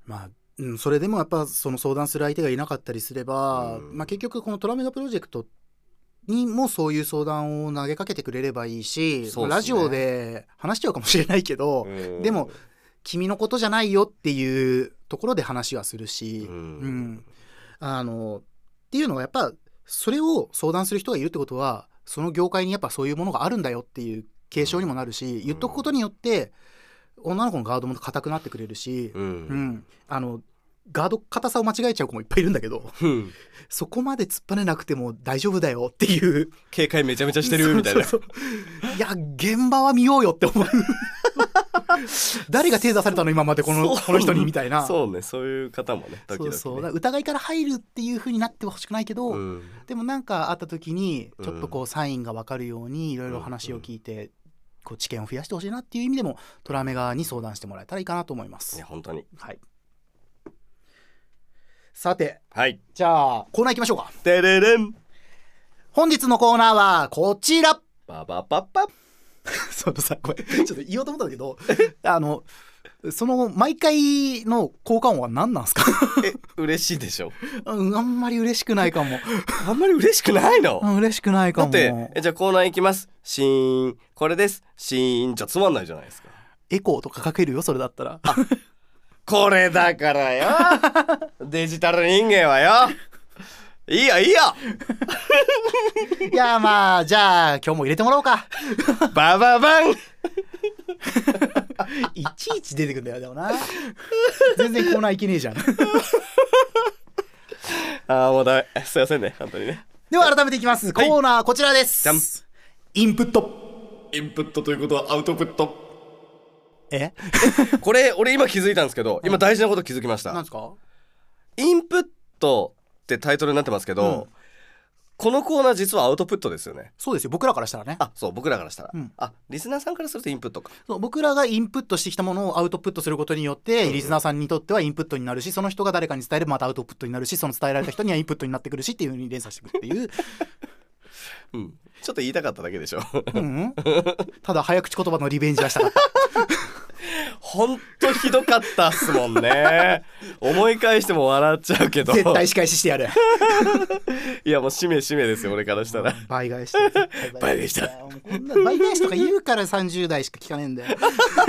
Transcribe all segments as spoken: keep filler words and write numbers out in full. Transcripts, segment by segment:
まあうん、それでもやっぱその相談する相手がいなかったりすれば、まあ、結局このトラメガプロジェクトにもそういう相談を投げかけてくれればいいし、ね、ラジオで話しちゃうかもしれないけど、でも君のことじゃないよっていうところで話はするし、うん、うん、あのっていうのはやっぱそれを相談する人がいるってことはその業界にやっぱそういうものがあるんだよっていう継承にもなるし、言っとくことによって女の子のガードも硬くなってくれるし、うんうん、あのガード硬さを間違えちゃう子もいっぱいいるんだけど、うん、そこまで突っ張ねなくても大丈夫だよっていう警戒めちゃめちゃしてるみたいなそうそうそういや現場は見ようよって思う誰が手出されたの今までこの、この人にみたいな。 そうね、そういう方もねドキドキね、 そうそうだ疑いから入るっていう風になってほしくないけど、うん、でもなんかあった時にちょっとこうサインが分かるようにいろいろ話を聞いて、こう知見を増やしてほしいなっていう意味でもトラメガに相談してもらえたらいいかなと思います。 いや本当に、 はい、さて、 はい、 じゃあコーナー行きましょうか。 てれれん、 本日のコーナーはこちら。 パパパパそのさ、これちょっと言おうと思ったんだけどあのその毎回の効果音は何なんですかえ、嬉しいでしょ、 うん、あんまり嬉しくないかもあんまり嬉しくないの、 うん、嬉しくないかも。 だってえじゃあコーナー行きます。シーン、これです、シーンじゃつまんないじゃないですか。 エコーとかかけるよそれだったら。 これだからよデジタル人間はよ、いいよいいよいやまあじゃあ今日も入れてもらおうかバババンいちいち出てくんだよ。でもな全然コーナーいけねえじゃんあーもうダメ、すいませんね本当にね。 では改めていきます、はい、コーナーこちらです。 じゃん。 インプット。 インプットということはアウトプット。 えこれ俺今気づいたんですけど、今大事なこと気づきました。 なんですか。 インプットってタイトルになってますけど、うん、このコーナー実はアウトプットですよね。 そうですよ、僕らからしたらね。 あ、そう僕らからしたら、 うん、 あ、リスナーさんからするとインプットか。 そう、僕らがインプットしてきたものをアウトプットすることによって、うん、リスナーさんにとってはインプットになるし、その人が誰かに伝えればまたアウトプットになるし、その伝えられた人にはインプットになってくるしっていう風に連鎖していくっていううん、ちょっと言いたかっただけでしょうん、ただ早口言葉のリベンジはしたかったほんとひどかったっすもんね思い返しても笑っちゃうけど絶対仕返ししてやるいやもう使命使命ですよ俺からしたら。 倍返して倍返したこんな倍返しとか言うからさんじゅう代しか聞かねえんだよ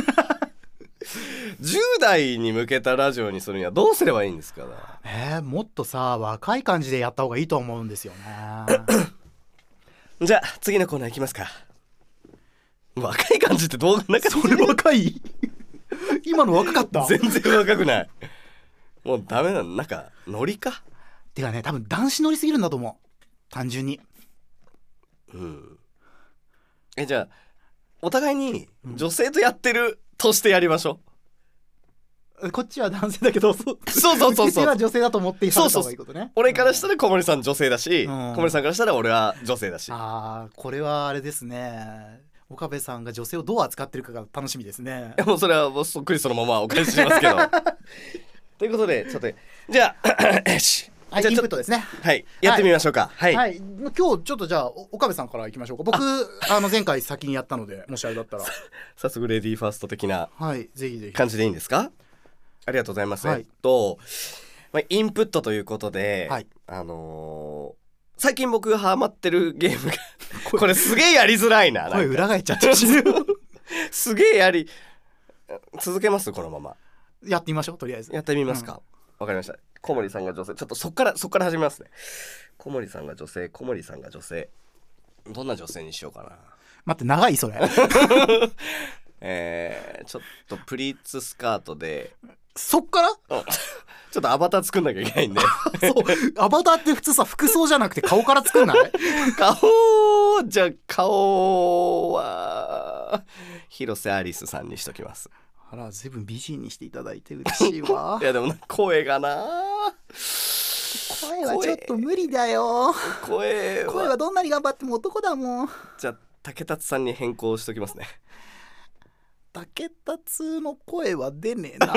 じゅう代に向けたラジオにするにはどうすればいいんですかね。 えー、もっとさ若い感じでやった方がいいと思うんですよねじゃあ次のコーナーいきますか。若い感じってどうなんかそれ若い今の若かった。 全然若くない。もうダメなの、なんかノリか。 てかね、多分男子ノリすぎるんだと思う単純に。 うんえじゃあお互いに女性とやってるとしてやりましょう、 うん、こっちは男性だけどそうそうそうそうそうは女性だと思っていた方がいいことね。そうそう俺からしたら小森さん女性だし、うん、小森さんからしたら俺は女性だし。 あーこれはあれですね、岡部さんが女性をどう扱ってるかが楽しみですね。 もうそれはもうそっくりそのままお返ししますけどということでちょっとじゃあよし、 はい、 じゃあインプットですね。 はいやってみましょうか。はい、 はいはい、今日ちょっとじゃあ岡部さんからいきましょうか。僕 あ, あの前回先にやったのでもしあれだったら早速レディーファースト的なはいぜひぜひ感じでいいんですか。ありがとうございます、はい、えっと、まあ、インプットということで、はい、あのー、最近僕がハマってるゲームがこれすげえやりづらいな、 声裏返っちゃってるすげえやり続けますこのままやってみましょう。とりあえずやってみますか。わ、うん、かりました。小森さんが女性、ちょっとそっからそっから始めますね。小森さんが女性、小森さんが女性、どんな女性にしようかな。 待って長いそれえー、ちょっとプリーツスカートでそっからちょっとアバター作んなきゃいけないんでそうアバターって普通さ服装じゃなくて顔から作んない顔じゃあ顔は広瀬アリスさんにしときます。 あら随分美人にしていただいて嬉しいわいやでも声がな声はちょっと無理だよ。 声は声はどんなに頑張っても男だもん。 じゃあ竹達さんに変更しときますね。 竹達の声は出ねえな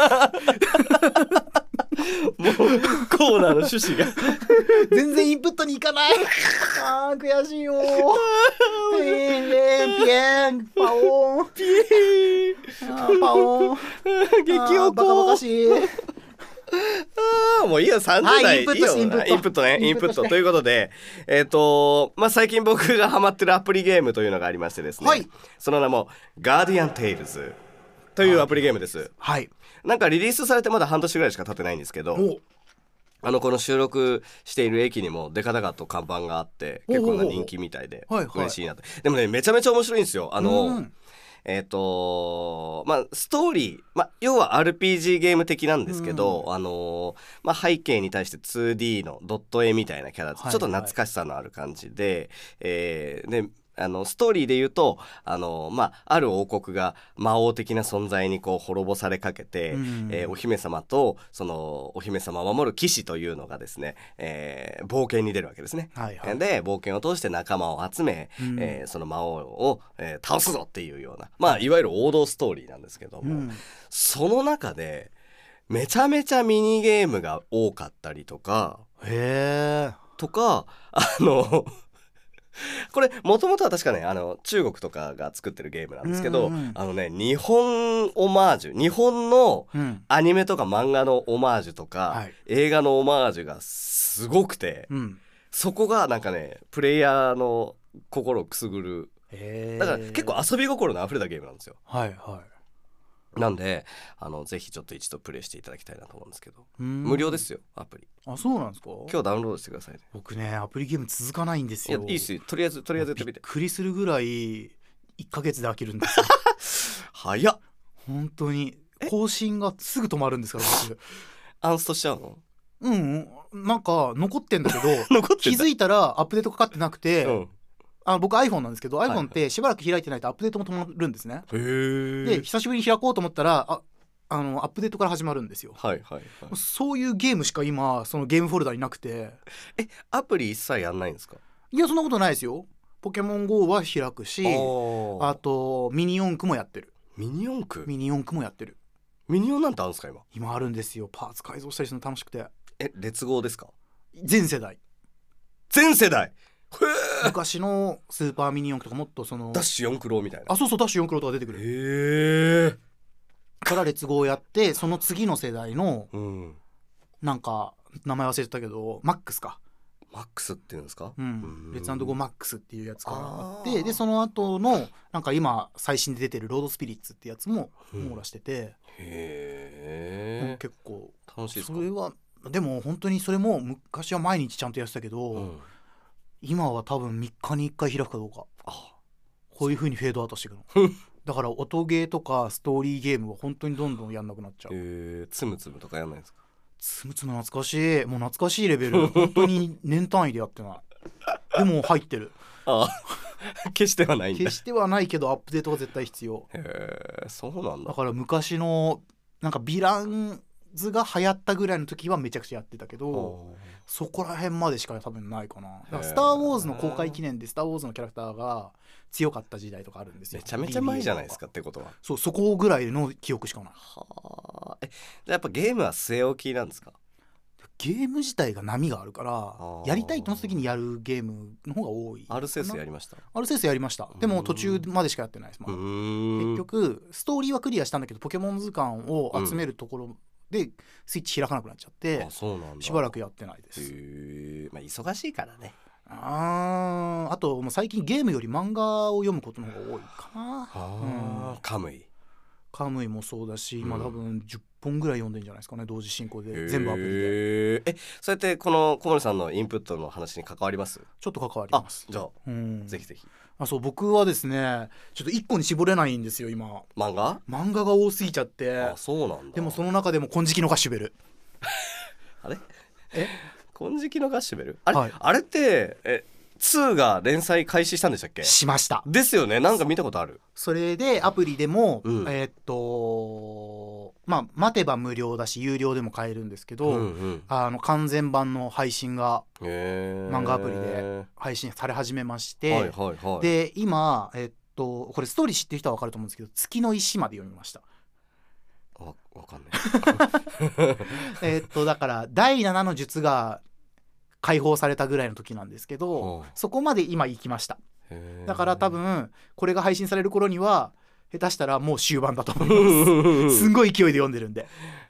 もうコーナーの趣旨が全然インプットに行かないあー悔しいよピーンピエンパオンピーンパオン激おこバカバカしいあもういいよさんじゅう代、 インプットしてインプットインプットねインプットということでえっ、ー、とまあ最近僕がハマってるアプリゲームというのがありましてですね、はい、その名もガーディアンテイルズというアプリゲームです。 はい。 なんかリリースされてまだ半年ぐらいしか経ってないんですけど、あのこの収録している駅にもデカデカと看板があって結構な人気みたいで嬉しいなと。でもねめちゃめちゃ面白いんですよ。あの、うんえーとまあ、ストーリー、まあ、要は アールピージー ゲーム的なんですけど、うんあのまあ、背景に対して ツーディー のドット絵みたいなキャラ、はいはい、ちょっと懐かしさのある感じで、えー、であのストーリーで言うとあの、まあ、ある王国が魔王的な存在にこう滅ぼされかけて、うんえー、お姫様とそのお姫様を守る騎士というのがですね、えー、冒険に出るわけですね、はいはい、で冒険を通して仲間を集め、うんえー、その魔王を、えー、倒すぞっていうような、まあ、いわゆる王道ストーリーなんですけども、うん、その中でめちゃめちゃミニゲームが多かったりとかへーとかあのこれもともとは確かねあの中国とかが作ってるゲームなんですけど、うんうん、あのね日本オマージュ日本のアニメとか漫画のオマージュとか、うん、映画のオマージュがすごくて、はい、そこがなんかねプレイヤーの心をくすぐるだから結構遊び心のあふれたゲームなんですよ。 はいはい。 なんであのぜひちょっと一度プレイしていただきたいなと思うんですけど無料ですよアプリ。 あそうなんですか。 今日ダウンロードしてくださいね。 僕ねアプリゲーム続かないんですよ。 いやいいっすよとりあえずとりあえずやってみて。 びっくりするぐらいいっかげつで飽きるんですよ早っ本当に更新がすぐ止まるんですから僕アンストしちゃうの。 うんなんか残ってんだけど気づいたらアップデートかかってなくて、うんあ僕 iPhone なんですけど、はい、iPhone ってしばらく開いてないとアップデートも止まるんですね。へで久しぶりに開こうと思ったらああのアップデートから始まるんですよ、 はいはいはい、 そういうゲームしか今そのゲームフォルダになくて。 えアプリ一切やんないんですか。 いやそんなことないですよ。ポケモン ゴー は開くしあとミニ四駆もやってる。 ミニ四駆ミニ四駆もやってる。 ミニ四なんてあるんですか今。 今あるんですよ。パーツ改造したりするの楽しくて。 え列号ですか。 全世代全世代昔のスーパーミニ四駆とかもっとそのダッシュ四駆郎みたいな。 あそうそうダッシュ四駆郎とか出てくる。 へえ。 から列号やってその次の世代の、うん、なんか名前忘れちゃったけどマックスかマックスっていうんですか、 うん、レッツ&ゴーマックスっていうやつがあってでその後のなんか今最新で出てるロードスピリッツってやつも網羅してて、うん、へえ結構楽しいですか。 それはでも本当にそれも昔は毎日ちゃんとやってたけど、うん今は多分みっかにいっかい開くかどうか。あこういう風にフェードアウトしていくのだから音ゲーとかストーリーゲームは本当にどんどんやんなくなっちゃう。 えー、つむつむとかやんないですか。 つむつむ懐かしい。もう懐かしいレベル本当に年単位でやってないでも入ってる。 ああ決してはないんだ。 決してはないけどアップデートが絶対必要。 へえそうなんだ。 だから昔のなんかヴィランズが流行ったぐらいの時はめちゃくちゃやってたけどそこら辺までしか多分ないかな。だからスターウォーズの公開記念でスターウォーズのキャラクターが強かった時代とかあるんですよ。 めちゃめちゃ前じゃないですかってことは。 そうそこぐらいの記憶しかない。 はえやっぱゲームは据え置きなんですか。 ゲーム自体が波があるからやりたいと思った時にやるゲームの方が多い。 アルセスやりました。 アルセスやりました。でも途中までしかやってないです。まあ、結局ストーリーはクリアしたんだけどポケモン図鑑を集めるところ、うんでスイッチ開かなくなっちゃってあそうなんだしばらくやってないです。 へ、まあ、忙しいからね。 ああともう最近ゲームより漫画を読むことの方が多いかな。 あ、うん、カムイカムイもそうだし、うん、今多分じゅっぽんぐらい読んでんじゃないですかね同時進行で全部アプリで。 えそうやってこの小森さんのインプットの話に関わります。 ちょっと関わります。 あじゃあ、うん、ぜひぜひ。 あそう僕はですねちょっといっこに絞れないんですよ今。 漫画漫画が多すぎちゃって。 あそうなんだ。 でもその中でも金色のガッシュベルあれえ金色のガッシュベルあれ、 はい、 あれってえにが連載開始したんでしたっけ。 しましたですよね。なんか見たことある。 それでアプリでも、うん、えー、っとまあ待てば無料だし有料でも買えるんですけど、うんうん、あの完全版の配信が漫画アプリで配信され始めまして、はいはいはい、で今、えー、っとこれストーリー知ってる人は分かると思うんですけど月の石まで読みました。 わ分かんないえっとだからだいななの術が解放されたぐらいの時なんですけど、そこまで今行きました。だから多分これが配信される頃には下手したらもう終盤だと思いますすんごい勢いで読んでるんで。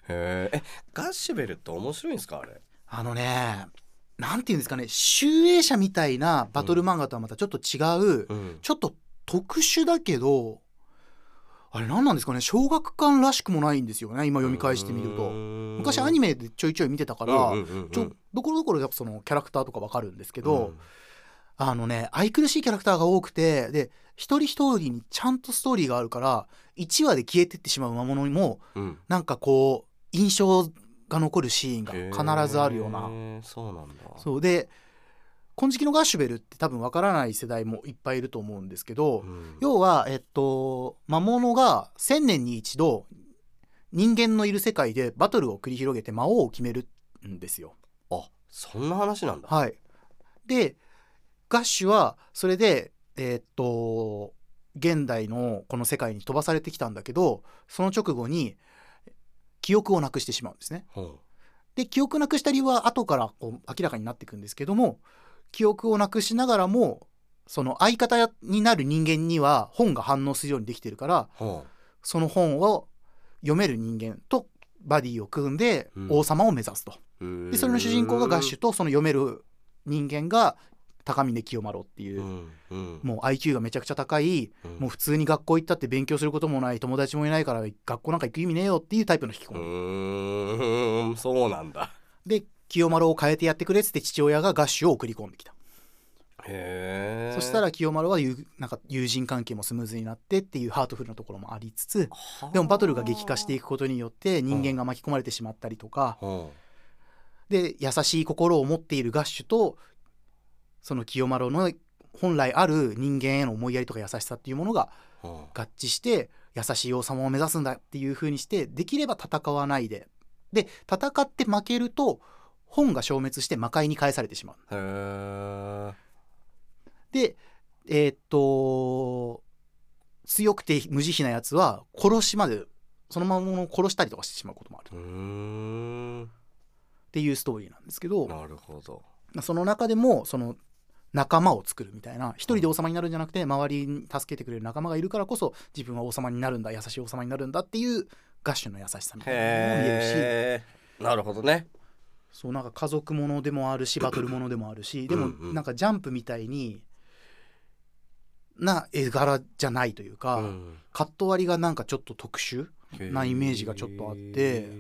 へえ、ガッシュベルって面白いんですかあれ。 あのね、なんていうんですかね、集英社みたいなバトル漫画とはまたちょっと違う、うん、ちょっと特殊だけど、あれ何なんですかね、小学館らしくもないんですよね、今読み返してみると。昔アニメでちょいちょい見てたから、ちょどころどころやっぱそのキャラクターとかわかるんですけど、うん、あのね、愛くるしいキャラクターが多くて、で一人一人にちゃんとストーリーがあるから、いちわで消えてってしまう魔物にも、うん、なんかこう印象が残るシーンが必ずあるような。 そうなんだ。 そうで、金色のガッシュベルって多分わからない世代もいっぱいいると思うんですけど、うん、要は、えっと、魔物が千年に一度人間のいる世界でバトルを繰り広げて魔王を決めるんですよ。 あ、そんな話なんだ。 はい。でガッシュはそれで、えー、っと現代のこの世界に飛ばされてきたんだけど、その直後に記憶をなくしてしまうんですね。うん、で記憶なくした理由は後からこう明らかになっていくんですけども、記憶をなくしながらもその相方になる人間には本が反応するようにできてるから、うん、その本を読める人間とバディを組んで王様を目指すと、うん、でそれの主人公がガッシュとその読める人間が高峰清麿っていう、うんうん、もう アイキュー がめちゃくちゃ高い、うん、もう普通に学校行ったって勉強することもない友達もいないから学校なんか行く意味ねえよっていうタイプの引きこもり。うーん、そうなんだ。 で清麿を変えてやってくれっつって父親がガッシュを送り込んできた。 へー。そしたら清麿はなんか友人関係もスムーズになってっていうハートフルなところもありつつ、でもバトルが激化していくことによって人間が巻き込まれてしまったりとか、で優しい心を持っているガッシュとその清麿の本来ある人間への思いやりとか優しさっていうものが合致して優しい王様を目指すんだっていう風にして、できれば戦わないで、で戦って負けると本が消滅して魔界に返されてしまう。へー。でえー、っと強くて無慈悲なやつは殺しまでそのままを殺したりとかしてしまうこともある。うーんっていうストーリーなんですけど、 なるほど。 その中でもその仲間を作るみたいな、一人で王様になるんじゃなくて周りに助けてくれる仲間がいるからこそ自分は王様になるんだ、優しい王様になるんだっていうガッシュの優しさみたいなのも見えるし。なるほどね。 そう、なんか家族ものでもあるしバトルものでもあるし、でもなんかジャンプみたいにな絵柄じゃないというか、うん、カット割りがなんかちょっと特殊なイメージがちょっとあって、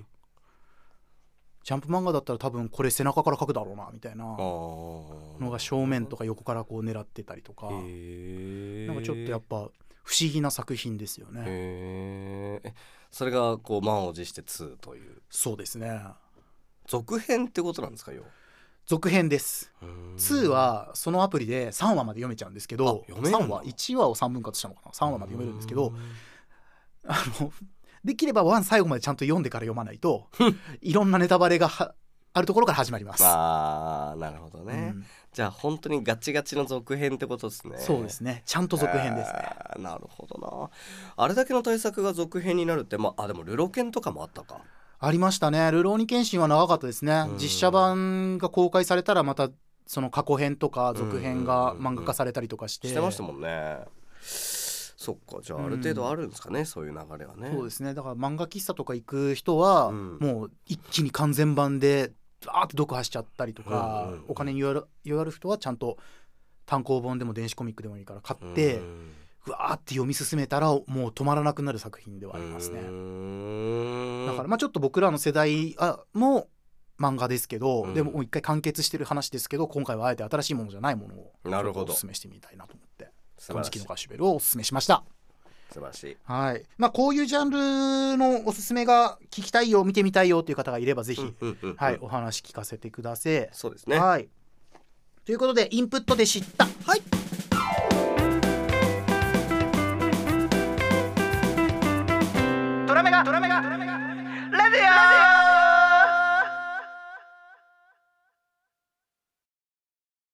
ジャンプ漫画だったら多分これ背中から描くだろうなみたいなのが正面とか横からこう狙ってたりとか、なんかちょっとやっぱ不思議な作品ですよね。 へ、それがこう満を持してにという。 そうですね。 続編ってことなんですかよ。 続編です。にはそのアプリでさんわまで読めちゃうんですけど、さんわいちわをさんぶん割したのかな、さんわまで読めるんですけど、あのできればワン最後までちゃんと読んでから読まないといろんなネタバレがはあるところから始まります。 あー、なるほどね、うん、じゃあ本当にガチガチの続編ってことですね。 そうですね、ちゃんと続編ですね。 なるほどな。あれだけの大作が続編になるって、まあ、あでもルロケンとかもあったか。 ありましたね。ルローニケンシンは長かったですね。実写版が公開されたらまたその過去編とか続編が漫画化されたりとかして、 してましたもんね。そっか、じゃあある程度あるんですかね、うん、そういう流れはね。 そうですね。だから漫画喫茶とか行く人は、うん、もう一気に完全版でバーって読破しちゃったりとか、うんうんうん、お金に余裕ある人はちゃんと単行本でも電子コミックでもいいから買って、うん、うわーって読み進めたらもう止まらなくなる作品ではありますね。だからまあちょっと僕らの世代も漫画ですけど、うん、でももう一回完結してる話ですけど、今回はあえて新しいものじゃないものをおすすめしてみたいなと思って、金色のガッシュベルをおすすめしました。 素晴らしい。 はい。まあこういうジャンルのおすすめが聞きたいよ、見てみたいよという方がいればぜひ、うんうんうんうん、はい、お話聞かせてください。 そうですね。 はい。ということでインプットで知った。 はい。